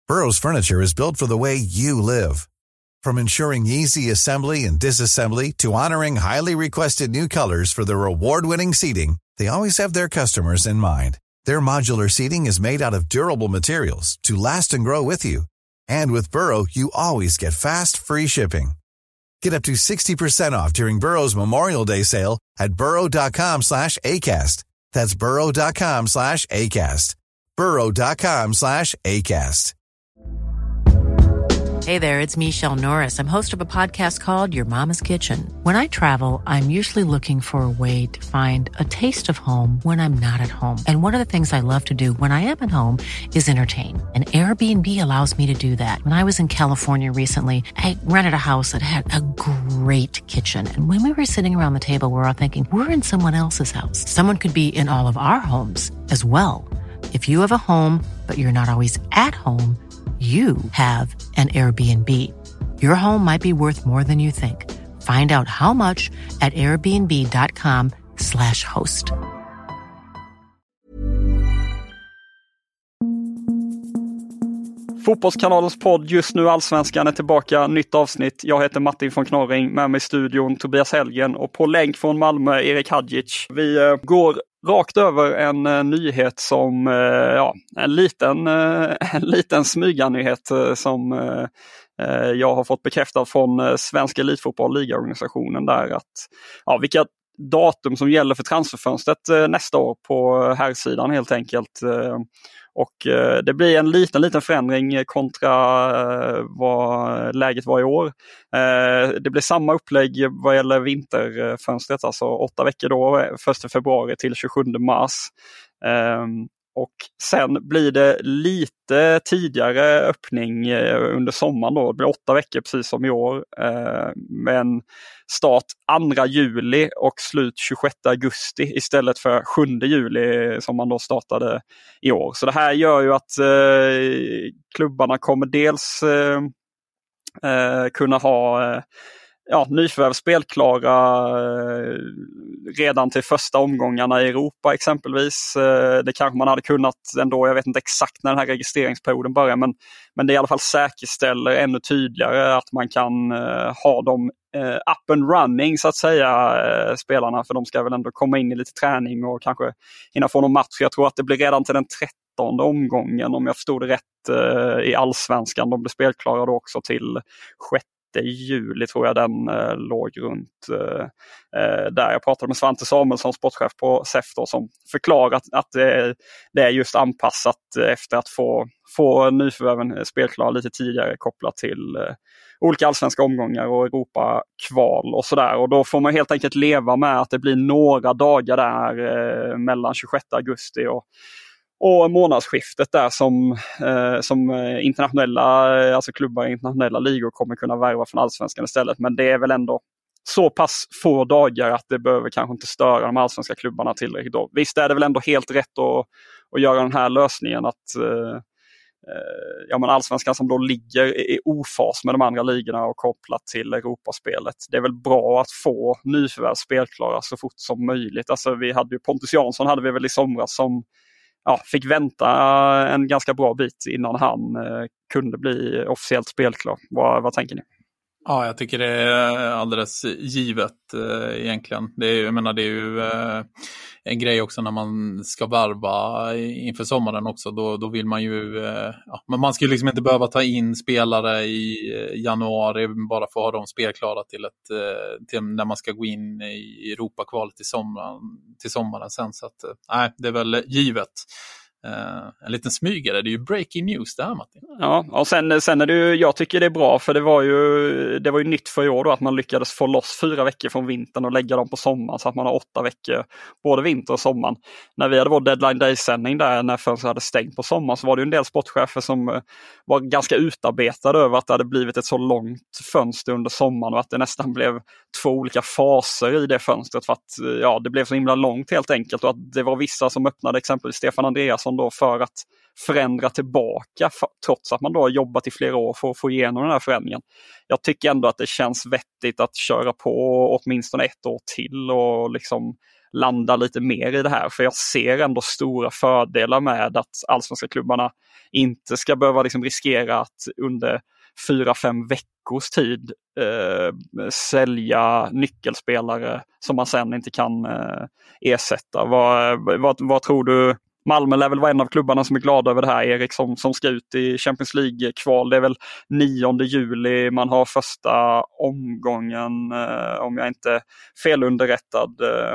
Burrow's furniture is built for the way you live. From ensuring easy assembly and disassembly to honoring highly requested new colors for their award-winning seating, they always have their customers in mind. Their modular seating is made out of durable materials to last and grow with you. And with Burrow, you always get fast, free shipping. Get up to 60% off during Burrow's Memorial Day sale at burrow.com/ACAST. That's burrow.com/ACAST. burrow.com/ACAST. Hey there, it's Michelle Norris. I'm host of a podcast called Your Mama's Kitchen. When I travel, I'm usually looking for a way to find a taste of home when I'm not at home. And one of the things I love to do when I am at home is entertain. And Airbnb allows me to do that. When I was in California recently, I rented a house that had a great kitchen. And when we were sitting around the table, we were all thinking, we're in someone else's house. Someone could be in all of our homes as well. If you have a home, but you're not always at home, you have an Airbnb. Your home might be worth more than you think. Find out how much at airbnb.com/host. Fotbollskanalens podd Just nu Allsvenskan är tillbaka, nytt avsnitt. Jag heter Martin von Knorring, med mig i studion Tobias Helgen och på länk från Malmö Erik Hadjic. Vi går rakt över en nyhet som, en liten smyganyhet som jag har fått bekräftad från Svenska Elitfotboll Ligaorganisationen där att vilka datum som gäller för transferfönstret nästa år på herrsidan helt enkelt. Och det blir en liten förändring kontra vad läget var i år. Det blir samma upplägg vad gäller vinterfönstret, alltså 8 veckor då, 1 februari till 27 mars. Och sen blir det lite tidigare öppning under sommaren då. Det blir 8 veckor precis som i år. Men start 2 juli och slut 26 augusti istället för 7 juli som man då startade i år. Så det här gör ju att klubbarna kommer dels kunna ha nyförvärv spelklara redan till första omgångarna i Europa exempelvis. Det kanske man hade kunnat ändå, jag vet inte exakt när den här registreringsperioden börjar, men det i alla fall säkerställer ännu tydligare att man kan ha dem up and running så att säga, spelarna, för de ska väl ändå komma in i lite träning och kanske hinna få någon match. Jag tror att det blir redan till den 13:e omgången om jag förstod det rätt i Allsvenskan. De blir spelklara då också till 6 juli tror jag den låg runt där. Jag pratade med Svante Samuelsson, sportchef på SEF då, som förklarat att det är just anpassat efter att få nyförvärven spelklara lite tidigare kopplat till olika allsvenska omgångar och Europa-kval och sådär. Och då får man helt enkelt leva med att det blir några dagar där mellan 26 augusti och månadsskiftet där som internationella, alltså klubbar i internationella ligor kommer kunna värva från allsvenskan istället. Men det är väl ändå så pass få dagar att det behöver kanske inte störa de allsvenska klubbarna tillräckligt då. Visst är det väl ändå helt rätt att göra den här lösningen att allsvenskan som då ligger i ofas med de andra ligorna och kopplat till Europaspelet. Det är väl bra att få nyförvärv spelklara så fort som möjligt. Alltså vi hade ju Pontus Jansson hade vi väl i somras som fick vänta en ganska bra bit innan han kunde bli officiellt spelklar. Vad tänker ni? Ja, jag tycker det är alldeles givet egentligen. Det är ju en grej också när man ska varva inför sommaren också. Då vill man ju... men man ska ju liksom inte behöva ta in spelare i januari bara för att ha dem spelklara till när man ska gå in i Europakvalet till sommaren sen. Så att, det är väl givet. En liten smygare, det är ju breaking news där, Martin. Ja, och sen är det ju, jag tycker det är bra för det var ju nytt för i år då att man lyckades få loss 4 veckor från vintern och lägga dem på sommaren så att man har 8 veckor både vinter och sommaren. När vi hade vår deadline day-sändning där när fönstret hade stängt på sommaren så var det ju en del sportchefer som var ganska utarbetade över att det hade blivit ett så långt fönster under sommaren och att det nästan blev 2 olika faser i det fönstret för att det blev så himla långt helt enkelt och att det var vissa som öppnade, exempelvis Stefan Andreasson då, för att förändra tillbaka trots att man då har jobbat i flera år för att få igenom den här förändringen. Jag tycker ändå att det känns vettigt att köra på åtminstone 1 år till och liksom landa lite mer i det här. För jag ser ändå stora fördelar med att allsvenska klubbarna inte ska behöva liksom riskera att under 4-5 veckors tid sälja nyckelspelare som man sen inte kan ersätta. Vad tror du? Malmö lär väl vara en av klubbarna som är glada över det här, Erik, som ska ut i Champions League-kval. Det är väl 9 juli man har första omgången, om jag inte är felunderrättad.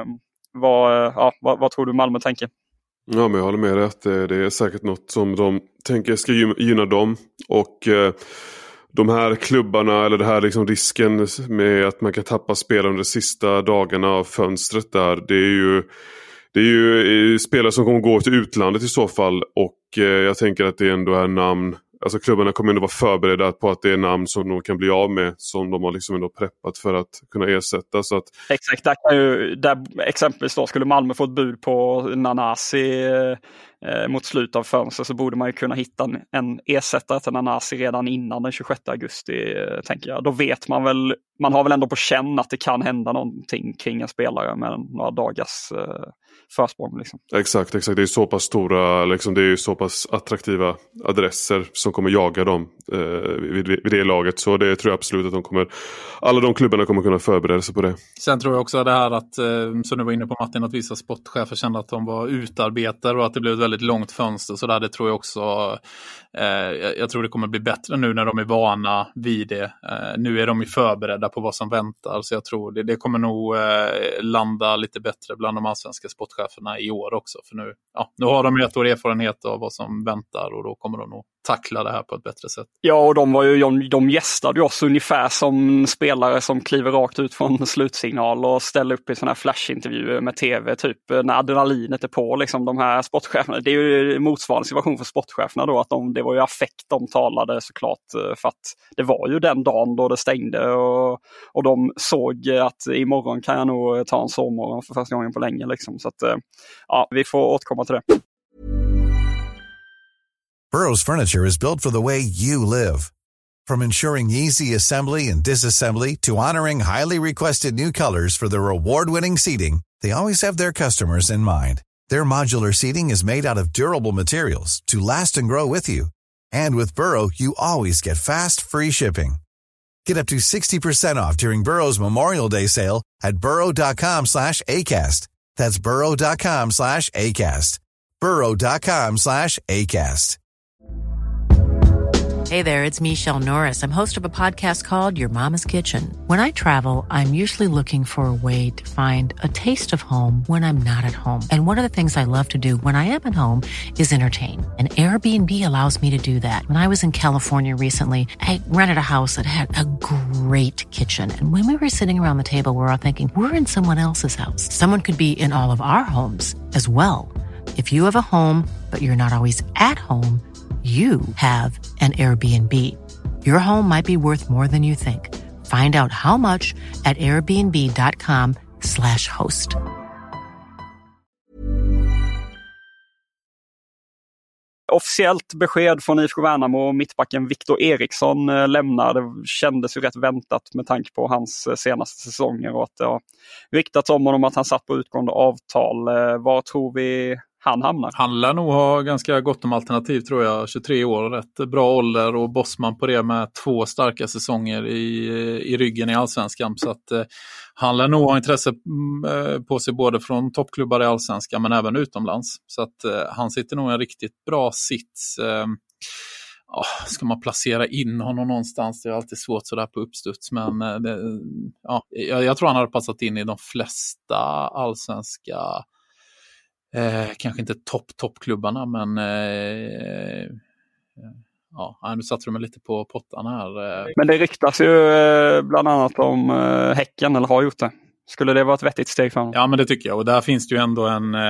Vad tror du Malmö tänker? Ja, men jag håller med dig att det är säkert något som de tänker ska gynna dem. Och de här klubbarna, eller det här liksom risken med att man kan tappa spelare under de sista dagarna av fönstret där, det är ju spelare som kommer gå till utlandet i så fall. Och jag tänker att det ändå är namn. Alltså klubbarna kommer ändå vara förberedda på att det är namn som de kan bli av med. Som de har liksom ändå preppat för att kunna ersätta. Så att... Exakt, där exempelvis då skulle Malmö få ett bud på Nanasi mot slutet av fönstret, så borde man ju kunna hitta en ersättare till Nanasi redan innan den 26 augusti, tänker jag. Då vet man väl, man har väl ändå på känn att det kan hända någonting kring en spelare med några dagars försprång. Liksom. Exakt. Det är så pass stora, liksom, det är ju så pass attraktiva adresser som kommer jaga dem vid det laget. Så det tror jag absolut att alla de klubbarna kommer kunna förbereda sig på det. Sen tror jag också det här att, som du var inne på Martin, att vissa sportchefer kände att de var utarbetade och att det blev ett väldigt långt fönster. Så där, det tror jag också, jag tror det kommer bli bättre nu när de är vana vid det. Nu är de ju förberedda på vad som väntar, så jag tror det kommer nog landa lite bättre bland de allsvenska sportcheferna i år också. För nu har de ju ett år erfarenhet av vad som väntar, och då kommer de nog tackla det här på ett bättre sätt. Ja, och de gästade ju oss ungefär som spelare som kliver rakt ut från slutsignal och ställer upp i sådana här flashintervjuer med tv, typ när adrenalinet är på, liksom de här sportcheferna. Det är ju motsvarande situation för sportcheferna då, att det var ju affekt de talade såklart, för att det var ju den dagen då det stängde, och de såg att imorgon kan jag nog ta en sovmorgon för första gången på länge liksom. Så att vi får återkomma till det. Burrow's furniture is built for the way you live. From ensuring easy assembly and disassembly to honoring highly requested new colors for their award-winning seating, they always have their customers in mind. Their modular seating is made out of durable materials to last and grow with you. And with Burrow, you always get fast, free shipping. Get up to 60% off during Burrow's Memorial Day sale at burrow.com/ACAST. That's burrow.com/ACAST. burrow.com/ACAST. Hey there, it's Michelle Norris. I'm host of a podcast called Your Mama's Kitchen. When I travel, I'm usually looking for a way to find a taste of home when I'm not at home. And one of the things I love to do when I am at home is entertain. And Airbnb allows me to do that. When I was in California recently, I rented a house that had a great kitchen. And when we were sitting around the table, we were all thinking, we're in someone else's house. Someone could be in all of our homes as well. If you have a home, but you're not always at home, you have an Airbnb. Your home might be worth more than you think. Find out how much at airbnb.com/host. Officiellt besked från IFK Värnamo och mittbacken Victor Eriksson lämnar. Det kändes ju rätt väntat med tanke på hans senaste säsonger, och att det har ryktats om honom att han satt på utgående avtal. Vad tror vi han hamnar? Han lär nog ha ganska gott om alternativ, tror jag. 23 år, rätt bra ålder, och Bosman på det med 2 starka säsonger i ryggen i Allsvenskan. Så att han lär nog ha intresse på sig både från toppklubbar i Allsvenskan men även utomlands. Så att han sitter nog en riktigt bra sits. Ska man placera in honom någonstans? Det är alltid svårt sådär på uppstuds, men jag tror han har passat in i de flesta allsvenska, kanske inte toppklubbarna, men nu satte de lite på pottarna här. Men det ryktas ju bland annat om Häcken, eller har gjort det. Skulle det vara ett vettigt steg för honom? Ja, men det tycker jag. Och där finns det ju ändå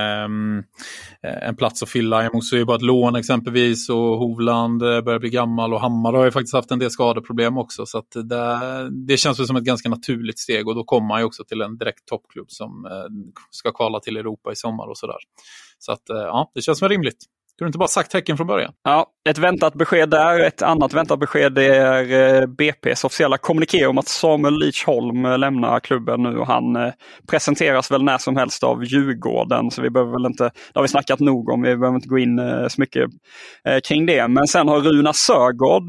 en plats att fylla. Jag måste ju bara ett lån exempelvis, och Hovland börjar bli gammal, och Hammar har ju faktiskt haft en del skadeproblem också. Så att det känns väl som ett ganska naturligt steg, och då kommer man ju också till en direkt toppklubb som ska kvala till Europa i sommar och sådär. Så att det känns väl rimligt. Du har inte bara sagt Häcken från början? Ja, ett väntat besked där. Ett annat väntat besked är BP:s officiella kommuniké om att Samuel Lidsholm lämnar klubben nu, och han presenteras väl när som helst av Djurgården, så vi behöver väl inte, det har vi snackat nog om, vi behöver inte gå in så mycket kring det. Men sen har Runa Sörgård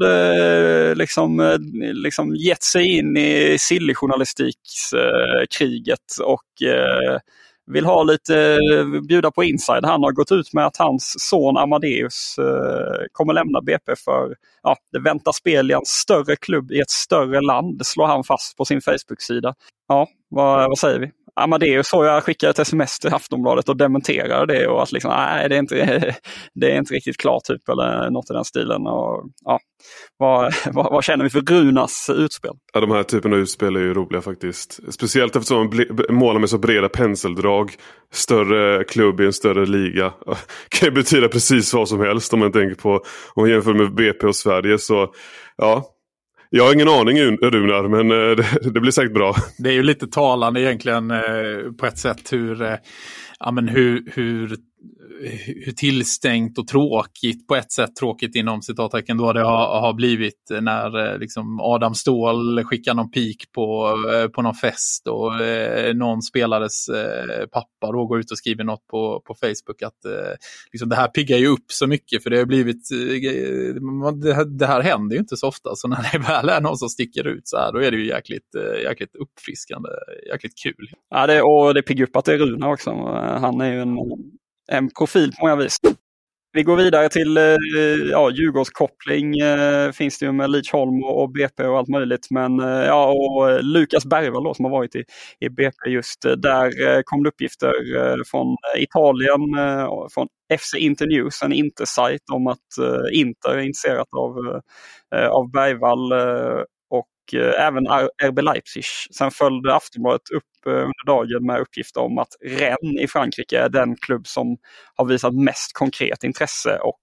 liksom gett sig in i silly-journalistikskriget och vill ha lite, bjuda på inside. Han har gått ut med att hans son Amadeus kommer lämna BP för det väntar spel i en större klubb i ett större land, slår han fast på sin Facebook-sida. Ja, vad säger vi? Amadeus har jag skickat ett sms till Aftonbladet och dementerar det, och att liksom, nej, det är inte riktigt klart typ, eller något i den stilen. Och, ja, vad känner vi för Runas utspel? Ja, de här typen av utspel är ju roliga faktiskt. Speciellt eftersom man målar med så breda penseldrag. Större klubb i en större liga kan ju betyda precis vad som helst, om man tänker på, om man jämför med BP och Sverige. Så ja, jag har ingen aning, Runar, men det blir säkert bra. Det är ju lite talande egentligen på ett sätt hur tillstängt och tråkigt, på ett sätt tråkigt inom citattecken, då det har blivit när liksom Adam Ståhl skickar någon pik på någon fest, och någon spelares pappa då går ut och skriver något på Facebook att liksom, det här piggar ju upp så mycket, för det har blivit det här händer ju inte så ofta, så när det väl är någon som sticker ut så här, då är det ju jäkligt uppfriskande, jäkligt kul. Ja, det piggar upp att det är Runa också. Han är ju en profil på många vis. Vi går vidare till Djurgårdskoppling finns det ju med Lidsholm och BP och allt möjligt, men och Lukas Bergvall då, som har varit i BP just, där kom det uppgifter från Italien, från FC Inter News, en Inter-sajt, om att Inter är intresserat av Bergvall och även RB Leipzig. Sen följde Aftonbladet upp under dagen med uppgifter om att Rennes i Frankrike är den klubb som har visat mest konkret intresse, och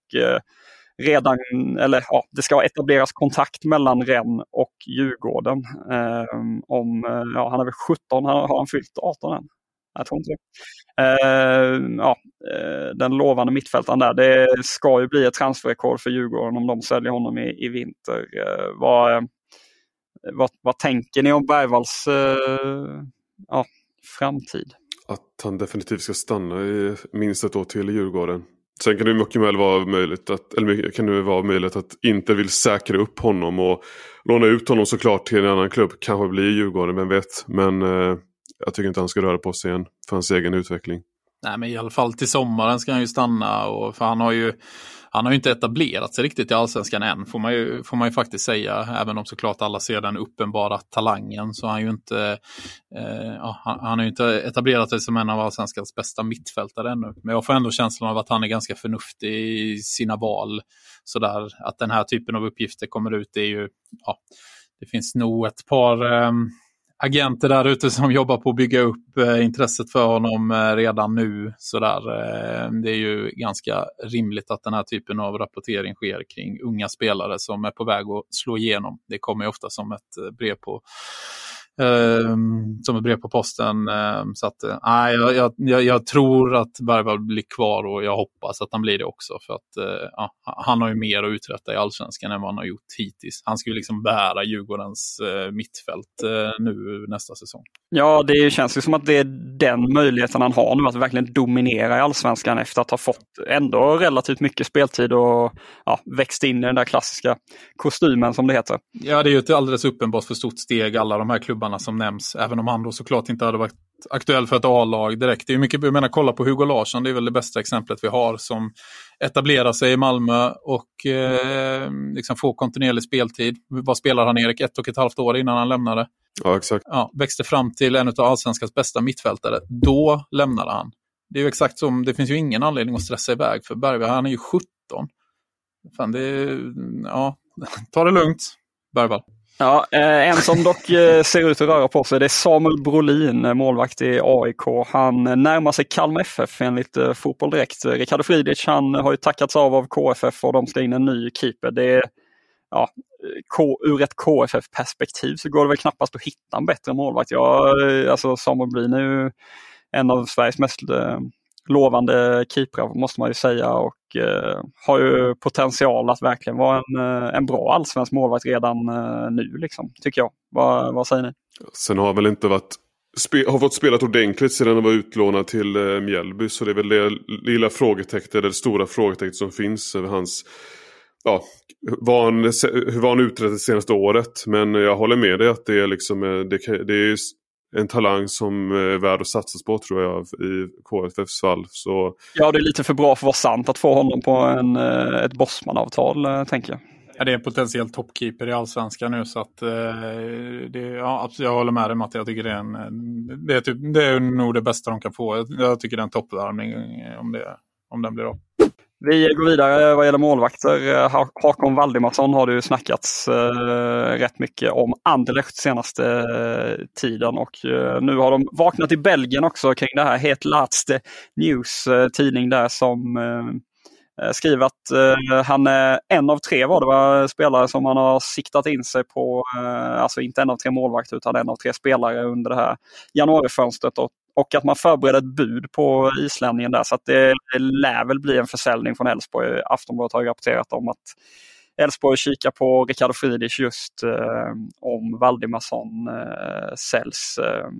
det ska etableras kontakt mellan Rennes och Djurgården. Han är väl 17, har han fyllt 18 än? Jag tror inte det. Den lovande mittfältaren där, det ska ju bli ett transferrekord för Djurgården om de säljer honom i vinter. Vad tänker ni om Bergvalls framtid? Att han definitivt ska stanna i minst ett år till i Djurgården. Sen kan det mycket väl vara möjligt att inte vill säkra upp honom och låna ut honom såklart till en annan klubb. Kanske blir Djurgården, vem vet. Men jag tycker inte han ska röra på sig än för hans egen utveckling. Nej, men i alla fall till sommaren ska han ju stanna, och för han har ju inte etablerat sig riktigt i Allsvenskan än, får man ju faktiskt säga. Även om såklart alla ser den uppenbara talangen, så han har ju inte etablerat sig som en av Allsvenskans bästa mittfältare ännu. Men jag får ändå känslan av att han är ganska förnuftig i sina val. Så där, att den här typen av uppgifter kommer ut, det är ju, det finns nog ett par agenter där ute som jobbar på att bygga upp intresset för honom redan nu. Så där, det är ju ganska rimligt att den här typen av rapportering sker kring unga spelare som är på väg att slå igenom. Det kommer ju ofta som ett brev på posten. Så att jag tror att Bergvall blir kvar, och jag hoppas att han blir det också, för att han har ju mer att uträtta i Allsvenskan än vad han har gjort hittills. Han ska ju liksom bära Djurgårdens mittfält nu nästa säsong. Ja, det känns ju som att det är den möjligheten han har nu, att verkligen dominera i Allsvenskan efter att ha fått ändå relativt mycket speltid och växt in i den där klassiska kostymen som det heter. Ja, det är ju ett alldeles uppenbart för stort steg, alla de här klubbarna som nämns, även om han då såklart inte hade varit aktuell för ett A-lag direkt. Det är mycket, jag menar, kolla på Hugo Larsson, det är väl det bästa exemplet vi har, som etablerar sig i Malmö och liksom får kontinuerlig speltid. Vad spelar han, Erik? 1,5 år innan han lämnade. Ja, exakt. Ja, växte fram till en av Allsvenskans bästa mittfältare. Då lämnade han. Det är ju exakt som, det finns ju ingen anledning att stressa iväg för Bergvall. Han är ju 17. Fan, ta det lugnt, Bergvall. Ja, en som dock ser ut att röra på sig, det är Samuel Brolin, målvakt i AIK. Han närmar sig Kalmar FF enligt Fotboll Direkt. Ricardo Friedrich, han har ju tackats av KFF och de ska in en ny keeper. Det är, ur ett KFF-perspektiv så går det väl knappast att hitta en bättre målvakt. Samuel Brolin är ju en av Sveriges mest lovande keeprar måste man ju säga, och har ju potential att verkligen vara en bra allsvensk målvakt redan nu liksom, tycker jag. Vad säger ni? Sen har väl inte har fått spelat ordentligt sedan han var utlånad till Mjällby, så det är väl det lilla frågetecknet, eller det stora frågetecknet som finns över hans, hur var han utrett det senaste året. Men jag håller med dig att det är liksom, det är en talang som är värd att satsas på, tror jag, i KFFs fall. Så... Ja, det är lite för bra för att vara sant att få honom på ett Bosman-avtal, tänker jag. Ja, det är en potentiell toppkeeper i allsvenskan nu, så att jag håller med dig, Matt. Jag tycker det är nog det bästa de kan få. Jag tycker det är en toppvärmning om den blir av. Vi går vidare vad gäller målvakter. Håkon Valdimarsson har det ju snackats rätt mycket om Anderlecht senaste tiden, och nu har de vaknat i Belgien också kring det här. Het Laatste News, tidning där, som skriver att han är en av 3 spelare som han har siktat in sig på, alltså inte en av 3 målvakter utan en av 3 spelare under det här januarifönstret, och att man förbereder ett bud på islänningen där, så att det lär väl bli en försäljning från Elfsborg. Aftonbladet har ju rapporterat om att Elfsborg kikar på Ricardo Friedrich just om Valdimarsson säljs.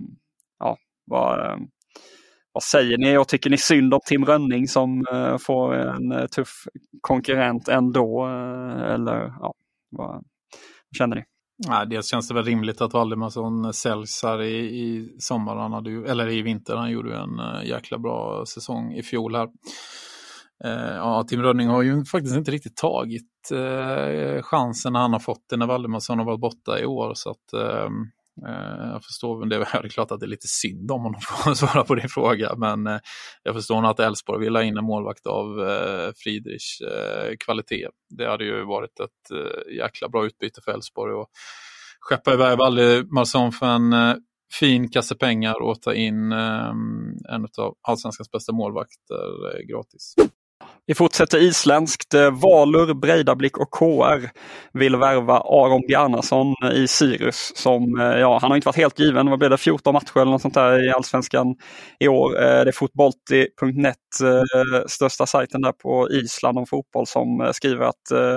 Vad säger ni, och tycker ni synd om Tim Rönning som får en tuff konkurrent ändå, eller vad känner ni? Nej, dels känns det väl rimligt att Valdimarsson säljs här i sommar. Eller i vinter. Han gjorde ju en jäkla bra säsong i fjol här. Tim Rönning har ju faktiskt inte riktigt tagit chansen när han har fått det när Valdimarsson har varit borta i år. Så att jag förstår, det är klart att det är lite synd om honom för att svara på din fråga. Men jag förstår att Elfsborg vill ha in en målvakt av Friedrichs kvalitet. Det hade ju varit ett jäkla bra utbyte för Elfsborg, och skeppa iväg Valdimarsson för en fin kasse pengar och ta in en av allsvenskans bästa målvakter gratis. Vi fortsätter isländskt. Valur, Breiðablik och KR vill värva Aron Bjarnason i Sirius, som han har inte varit helt given. Vad blev det, 14 matcher eller något sånt där i allsvenskan i år. Det är fotbollti.net, största sajten där på Island om fotboll, som skriver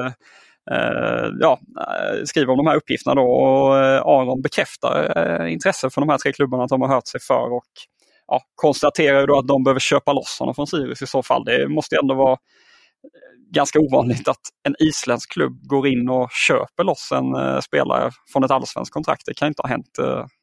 skriver om de här uppgifterna då, och Aron bekräftar intresse för de här 3 klubbarna att de har hört sig för, och konstaterar ju då att de behöver köpa loss honom från Sirius i så fall. Det måste ändå vara ganska ovanligt att en isländsk klubb går in och köper loss en spelare från ett allsvenskt kontrakt. Det kan inte ha hänt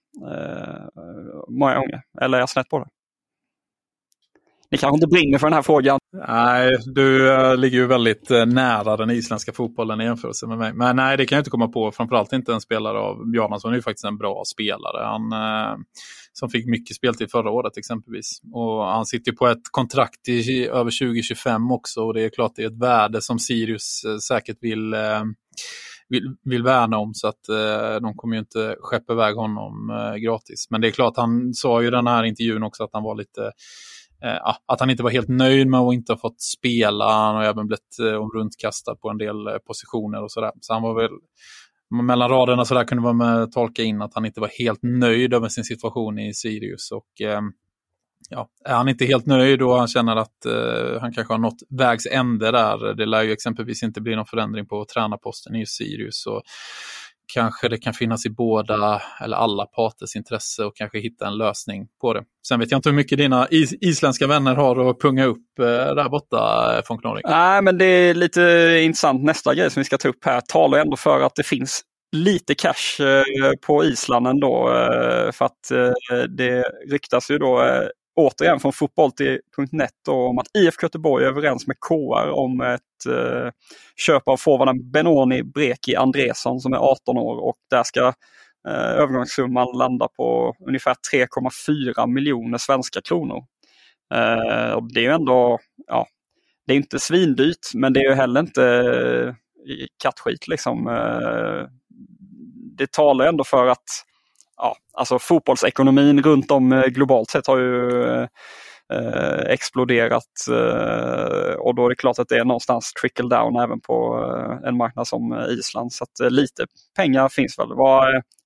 många gånger. Eller är jag snett på det? Ni kanske inte brinner för den här frågan. Nej, du ligger ju väldigt nära den isländska fotbollen i jämförelse med mig. Men nej, det kan jag inte komma på. Framförallt inte en spelare av Bjarnason. är ju faktiskt en bra spelare. Han som fick mycket speltid förra året exempelvis. Och han sitter på ett kontrakt i över 2025 också. Och det är klart det är ett värde som Sirius säkert vill värna om, så att de kommer ju inte skeppa iväg honom gratis. Men det är klart, han sa ju i den här intervjun också att han var lite... att han inte var helt nöjd med att inte ha fått spela. Han har även blivit runtkastad på en del positioner och sådär. Så han var väl mellan raderna så där kunde man tolka in att han inte var helt nöjd över sin situation i Sirius. Och är han inte helt nöjd och han känner att han kanske har nått vägs ände där. Det lär ju exempelvis inte bli någon förändring på tränarposten i Sirius, så kanske det kan finnas i båda eller alla parters intresse och kanske hitta en lösning på det. Sen vet jag inte hur mycket dina isländska vänner har att punga upp där borta från Knorring. Nej, men det är lite intressant. Nästa grej som vi ska ta upp här talar ändå för att det finns lite cash på Island ändå, för att det ryktas ju då återigen från fotbollti.net om att IF Göteborg är överens med KR om ett köp av forwarden Benoni Breki Andresson som är 18 år, och där ska övergångssumman landa på ungefär 3,4 miljoner svenska kronor. Och det är ju ändå, det är inte svindyrt, men det är ju heller inte kattskit liksom. Det talar ändå för att alltså fotbollsekonomin runt om globalt sett har ju exploderat, och då är det klart att det är någonstans trickle down även på en marknad som Island, så att lite pengar finns väl. Vad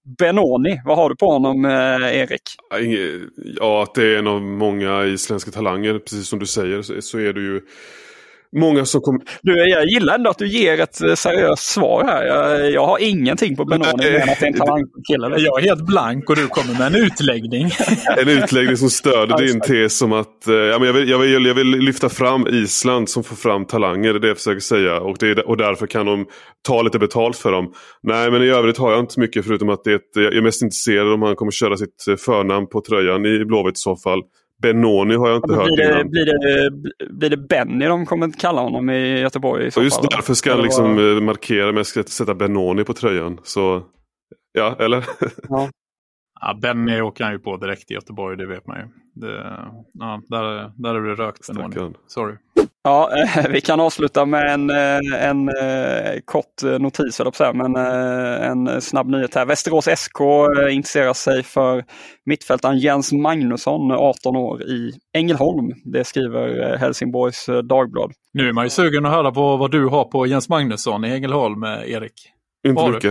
Benoni, vad har du på honom, Erik? Ja, att det är en av många isländska talanger, precis som du säger, så är det ju många som kommer... Jag gillar ändå att du ger ett seriöst svar här. Jag har ingenting på Benoni, men att det är en talangkille. Jag är helt blank och du kommer med en utläggning. En utläggning som stöder din tes om att jag vill lyfta fram Island som får fram talanger, det är det jag försöker säga. Och därför kan de ta lite betalt för dem. Nej, men i övrigt har jag inte så mycket, förutom att jag är mest intresserad om han kommer köra sitt förnamn på tröjan i Blåvitt i så fall. Benoni har jag inte hört innan. Blir det Benny de kommer kalla honom i Göteborg i så fall? Just därför ska han liksom markera med att sätta Benoni på tröjan. Så, ja, eller? Ja. Ja, Benny åker han ju på direkt i Göteborg, det vet man ju. Där är det rökt Benoni. Sorry. Ja, vi kan avsluta med en kort notis, men en snabb nyhet här. Västerås SK intresserar sig för mittfältaren Jens Magnusson, 18 år, i Ängelholm. Det skriver Helsingborgs Dagblad. Nu är man ju sugen att höra på vad du har på Jens Magnusson i Ängelholm, Erik. Inte mycket.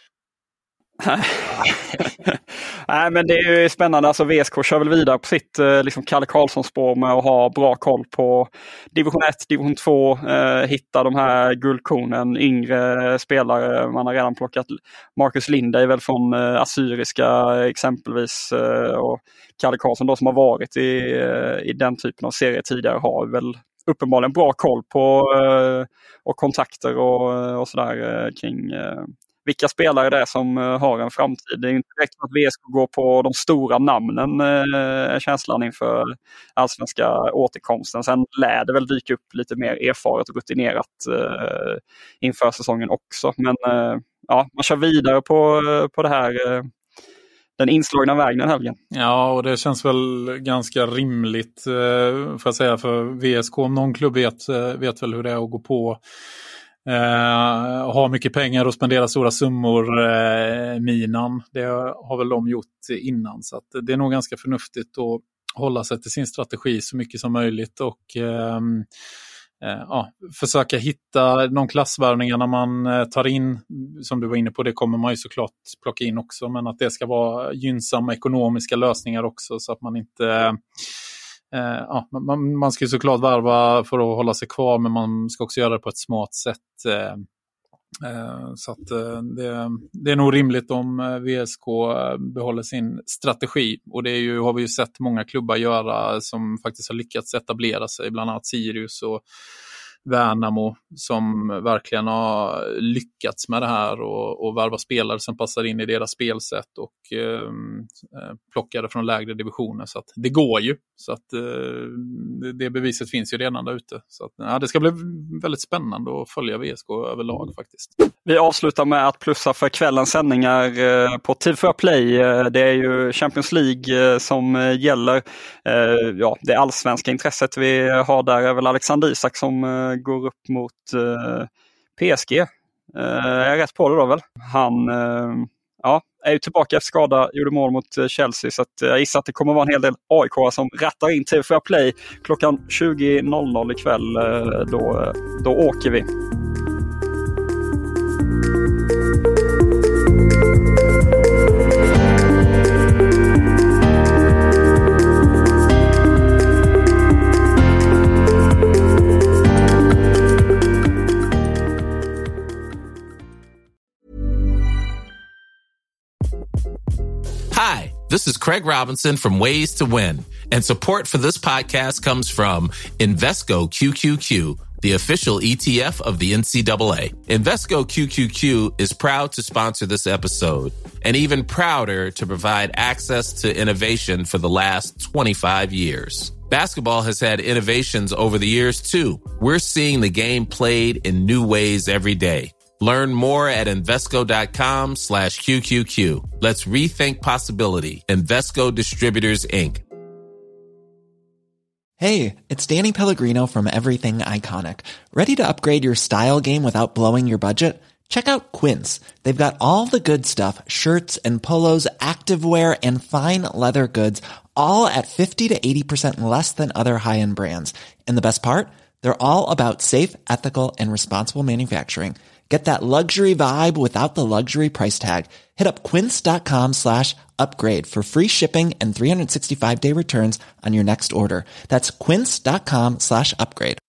Nej, men det är ju spännande. Alltså VSK kör väl vidare på sitt liksom Kalle Karlsson-spår med att ha bra koll på division 1, division 2, hitta de här guldkornen, yngre spelare. Man har redan plockat Marcus Linde är väl från Assyriska exempelvis, och Kalle Karlsson då, som har varit i den typen av serier tidigare, har väl uppenbarligen bra koll på och kontakter och sådär kring vilka spelare det är som har en framtid. Det är inte direkt att VSK går på de stora namnen, känslan inför allsvenska återkomsten. Sen lär det väl dyka upp lite mer erfaret och rutinerat inför säsongen också. Men man kör vidare på det här, den inslagna vägen den helgen. Ja, och det känns väl ganska rimligt för att säga, för VSK, om någon klubb vet väl hur det är att gå på ha mycket pengar och spendera stora summor minan. Det har väl de gjort innan, så att det är nog ganska förnuftigt att hålla sig till sin strategi så mycket som möjligt och försöka hitta de klassvärvningar när man tar in, som du var inne på, det kommer man ju såklart plocka in också, men att det ska vara gynnsamma ekonomiska lösningar också, så att man inte man ska ju såklart värva för att hålla sig kvar, men man ska också göra det på ett smart sätt. Så att det är nog rimligt om VSK behåller sin strategi, och det har vi ju sett många klubbar göra som faktiskt har lyckats etablera sig, bland annat Sirius och Värnamo, som verkligen har lyckats med det här och värva spelare som passar in i deras spelsätt och plockade från lägre divisioner, så att det går ju, så att det beviset finns ju redan där ute, så att det ska bli väldigt spännande att följa VSK överlag faktiskt. Vi avslutar med att plussa för kvällens sändningar på TV4 Play. Det är ju Champions League som gäller. Det allsvenska intresset vi har där är väl Alexander Isak som går upp mot PSG. Är jag rätt på det då väl? Han är ju tillbaka efter skada, gjorde mål mot Chelsea, så att jag gissar att det kommer vara en hel del AIK som rattar in TV4 Play klockan 20.00 ikväll. Då åker vi. Hi, this is Craig Robinson from Ways to Win, and support for this podcast comes from Invesco QQQ, the official ETF of the NCAA. Invesco QQQ is proud to sponsor this episode, and even prouder to provide access to innovation for the last 25 years. Basketball has had innovations over the years, too. We're seeing the game played in new ways every day. Learn more at Invesco.com/QQQ. Let's rethink possibility. Invesco Distributors, Inc. Hey, it's Danny Pellegrino from Everything Iconic. Ready to upgrade your style game without blowing your budget? Check out Quince. They've got all the good stuff, shirts and polos, activewear, and fine leather goods, all at 50 to 80% less than other high-end brands. And the best part? They're all about safe, ethical, and responsible manufacturing. Get that luxury vibe without the luxury price tag. Hit up quince.com/upgrade for free shipping and 365-day returns on your next order. That's quince.com/upgrade.